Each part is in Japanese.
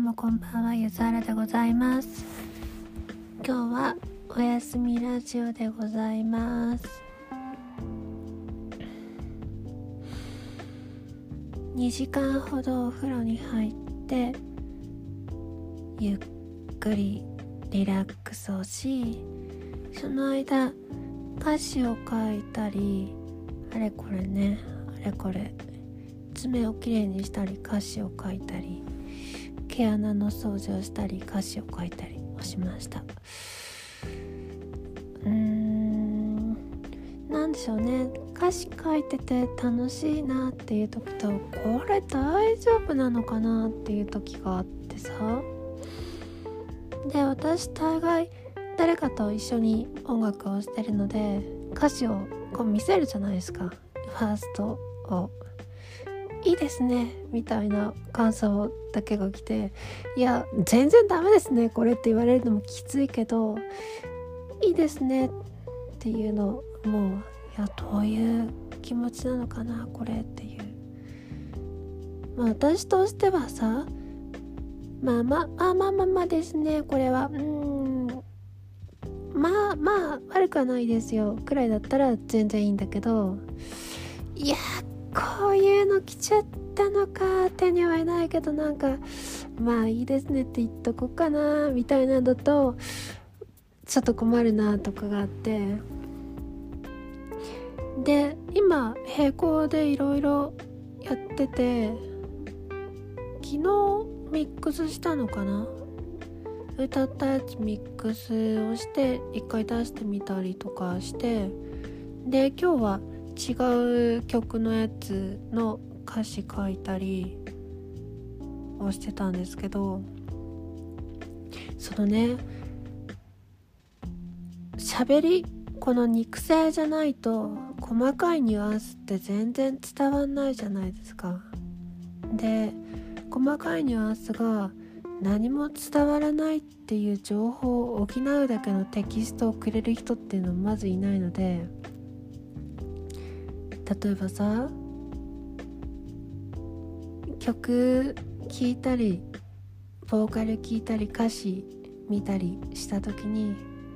もこんばんは、ゆずはらでございます。今日はおやすみラジオでございます。2時間ほどお風呂に入ってゆっくりリラックスをし、その間歌詞を書いたり、あれこれ爪をきれいにしたり歌詞を書いたり、毛穴の掃除をしたり歌詞を書いたりをしました。なんでしょうね、歌詞書いてて楽しいなっていう時と、これ大丈夫なのかなっていう時があってさ。で、私大概誰かと一緒に音楽をしてるので、歌詞をこう見せるじゃないですか。ファーストをいいですねみたいな感想だけが来て、いや全然ダメですねこれって言われるのもきついけど、いいですねっていうのもう、いやどういう気持ちなのかなこれっていう、私としてはさ、まあですね、これはまあ悪くはないですよくらいだったら全然いいんだけど、いやこういうの来ちゃったのか、手に負えないけどなんかまあいいですねって言っとこうかなみたいなのだとちょっと困るなとかがあって、で今並行でいろいろやってて、昨日ミックスしたのかな、歌ったやつミックスをして一回出してみたりとかして、で今日は違う曲のやつの歌詞書いたりをしてたんですけど、そのね、喋り、この肉声じゃないと細かいニュアンスって全然伝わんないじゃないですか。で、細かいニュアンスが何も伝わらないっていう情報を補うだけのテキストをくれる人っていうのはまずいないので、例えばさ、曲聴いたりボーカル聴いたり歌詞見たりした時に、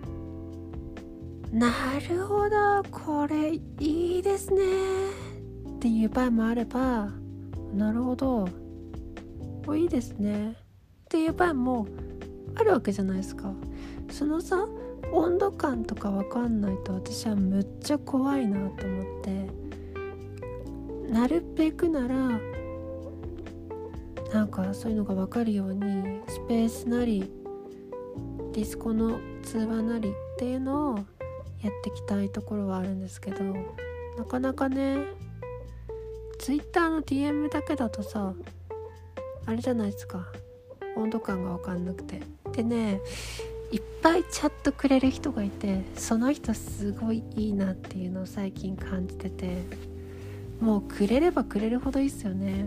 なるほどこれいいですねっていう場合もあれば、なるほどいいですねっていう場合もあるわけじゃないですか。そのさ、温度感とか分かんないと私はむっちゃ怖いなと思って、なるべくならなんかそういうのが分かるようにスペースなりディスコの通話なりっていうのをやっていきたいところはあるんですけど、なかなかね、ツイッターの DM だけだとさ、あれじゃないですか、温度感が分かんなくて。でね、いっぱいチャットくれる人がいて、その人すごいいいなっていうのを最近感じてて、もうくれればくれるほどいいっすよね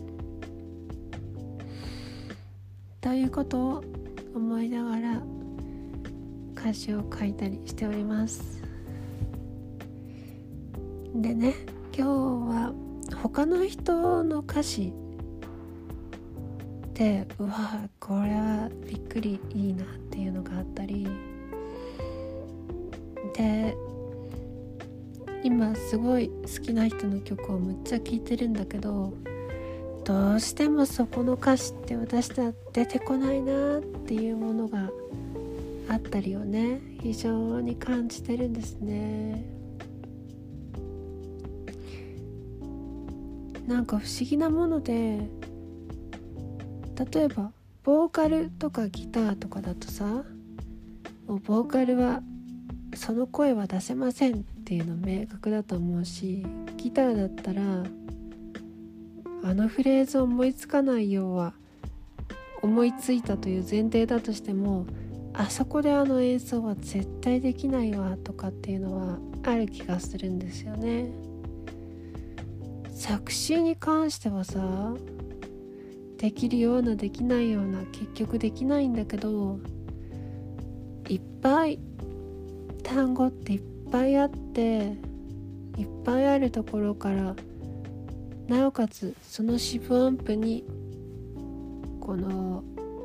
ということを思いながら歌詞を書いたりしております。でね、今日は他の人の歌詞でうわこれはびっくりいいなっていうのがあったりで、今すごい好きな人の曲をむっちゃ聴いてるんだけど、どうしてもそこの歌詞って私とは出てこないなっていうものがあったりをね、非常に感じてるんですね。なんか不思議なもので、例えばボーカルとかギターとかだとさ、もうボーカルはその声は出せませんっていうの明確だと思うし、ギターだったらあのフレーズを思いつかないようは思いついたという前提だとしても、あそこであの演奏は絶対できないわとかっていうのはある気がするんですよね。作詞に関してはさ、できるようなできないような結局できないんだけど、いっぱい単語っていっぱいあって、いっぱいあるところからなおかつその四分音符にこの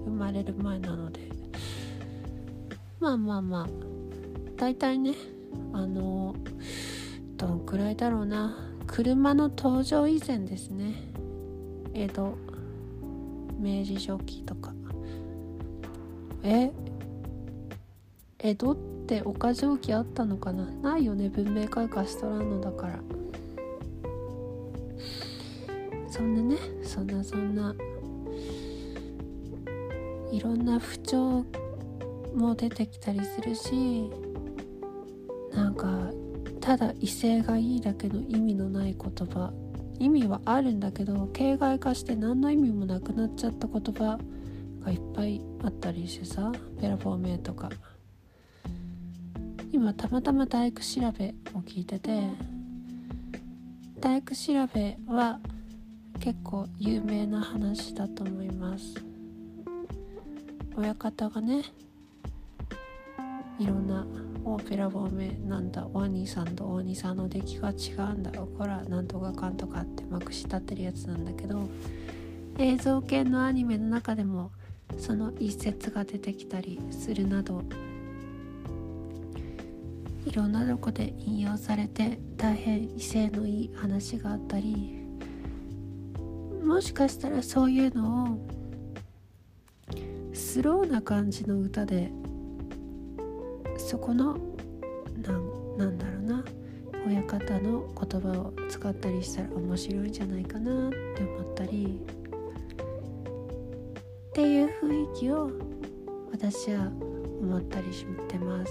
生まれる前なので、まあだいたいね、どんくらいだろうな、車の登場以前ですね。江戸、明治初期とか。江戸って岡蒸気あったのかな。ないよね、文明開化しとらんのだから。そんないろんな不調も出てきたりするし、なんかただ威勢がいいだけの意味のない言葉、意味はあるんだけど形骸化して何の意味もなくなっちゃった言葉がいっぱいあったりしてさ、べらぼうめいとか。今たまたま大工調べを聞いてて、大工調べは結構有名な話だと思います。親方がね、いろんなべらぼうめい、なんだお兄さんとお兄さんの出来が違うんだ、こらなんとかかんとかってまくし立ってるやつなんだけど、映像系のアニメの中でもその一節が出てきたりするなど、いろんなとこで引用されて大変威勢のいい話があったり、もしかしたらそういうのをスローな感じの歌で、そこのなんだろうな、親方の言葉を使ったりしたら面白いんじゃないかなって思ったりっていう雰囲気を私は思ったりしてます。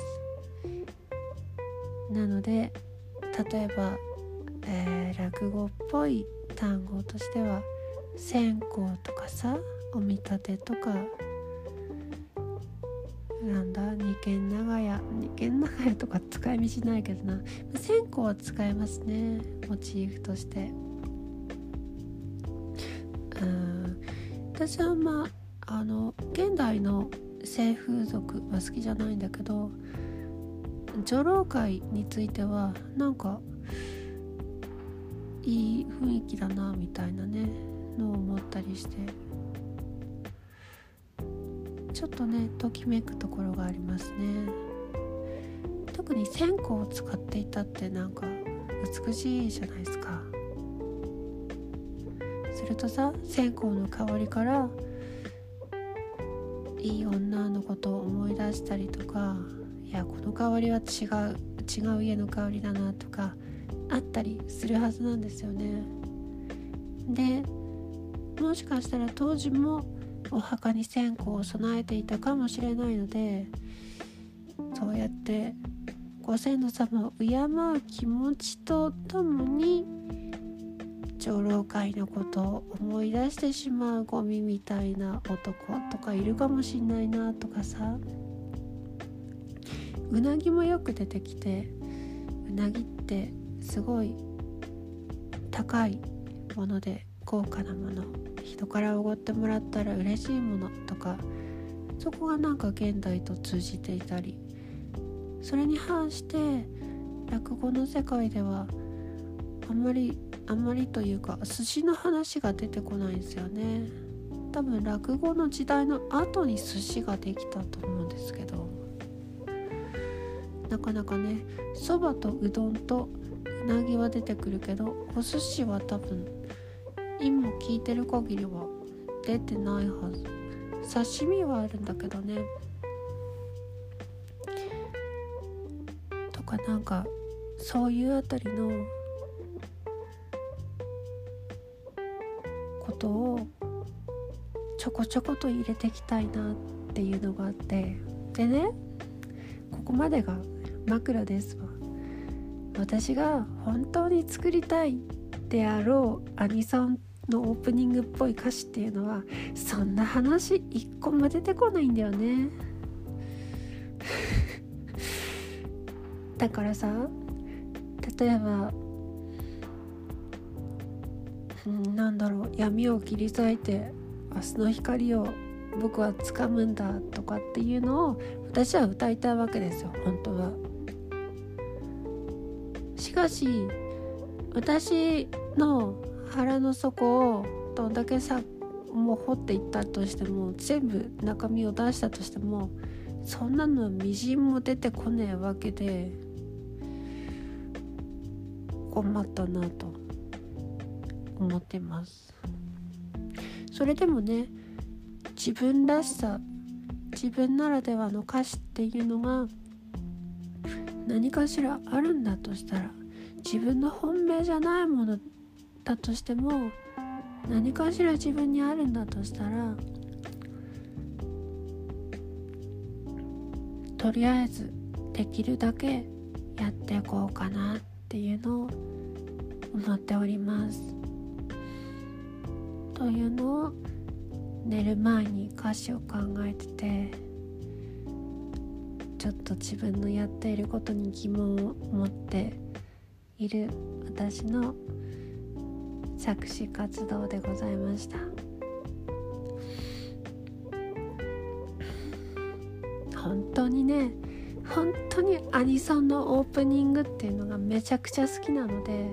なので例えば、落語っぽい単語としては線香とかさ、お見立てとか、なんだ二軒長屋とか使い道ないけどな、線香は使えますね、モチーフとして。私は現代の性風俗は好きじゃないんだけど、女郎会についてはなんかいい雰囲気だなみたいなねのを思ったりして、ちょっとねときめくところがありますね。特に線香を使っていたってなんか美しいじゃないですか。するとさ、線香の香りからいい女のことを思い出したりとか、いやこの香りは違う家の香りだなとかあったりするはずなんですよね。でもしかしたら当時もお墓に線香を備えていたかもしれないので、そうやってご先祖様を敬う気持ちとともに女郎会のことを思い出してしまうゴミみたいな男とかいるかもしんないなとかさ、うなぎもよく出てきて、うなぎってすごい高いもので高価なもの、人からおごってもらったら嬉しいものとか、そこがなんか現代と通じていたり、それに反して落語の世界ではあんまりというか寿司の話が出てこないんですよね。多分落語の時代の後に寿司ができたと思うんですけど、なかなかね、そばとうどんとうなぎは出てくるけど、お寿司は多分今聞いてる限りは出てないはず。刺身はあるんだけどね、とかなんかそういうあたりのことをちょこちょこと入れていきたいなっていうのがあって、でね、ここまでが枕ですわ。私が本当に作りたいであろうアニソンのオープニングっぽい歌詞っていうのは、そんな話一個も出てこないんだよねだからさ、例えばなんだろう、闇を切り裂いて明日の光を僕は掴むんだとかっていうのを私は歌いたいわけですよ、本当は。しかし私の腹の底をどんだけもう掘っていったとしても、全部中身を出したとしても、そんなのみじんも出てこねえわけで、困ったなと思ってます。それでもね、自分らしさ、自分ならではの歌詞っていうのが何かしらあるんだとしたら、自分の本命じゃないものだとしても何かしら自分にあるんだとしたら、とりあえずできるだけやっていこうかなっていうのを思っております。というのを寝る前に歌詞を考えてて、ちょっと自分のやっていることに疑問を持っている私の作詞活動でございました。本当にアニソンのオープニングっていうのがめちゃくちゃ好きなので、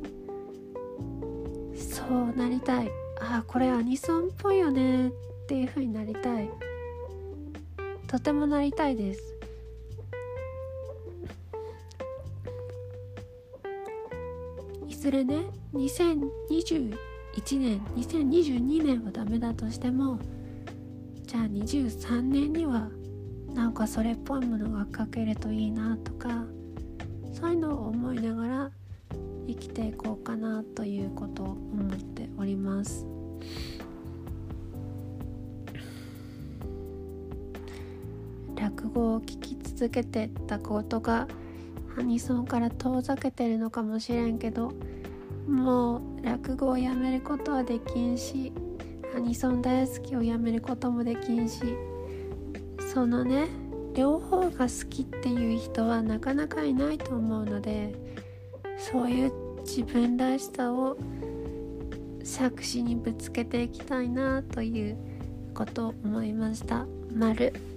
そうなりたい、これアニソンっぽいよねっていう風になりたい、とてもなりたいです。いずれね、2021年2022年はダメだとしても、じゃあ23年にはなんかそれっぽいものが書けるといいなとか、そういうのを思いながら生きていこうかなということを思っております。落語を聞き続けてたことがアニソンから遠ざけてるのかもしれんけど、もう落語をやめることはできんし、アニソン大好きをやめることもできんし、そのね、両方が好きっていう人はなかなかいないと思うので、そういう自分らしさを作詞にぶつけていきたいなということを思いました。